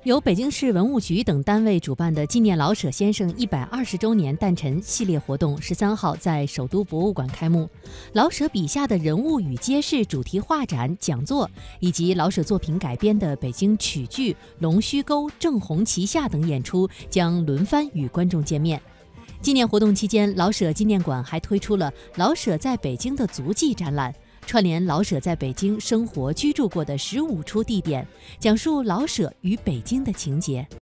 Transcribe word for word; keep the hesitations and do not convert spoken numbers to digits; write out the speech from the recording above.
由北京市文物局等单位主办的纪念老舍先生一百二十周年诞辰系列活动，十三号在首都博物馆开幕。老舍笔下的人物与街市主题画展、讲座，以及老舍作品改编的北京曲剧《龙须沟》《正红旗下》等演出将轮番与观众见面。纪念活动期间，老舍纪念馆还推出了老舍在北京的足迹展览，串联老舍在北京生活居住过的十五处地点，讲述老舍与北京的情节。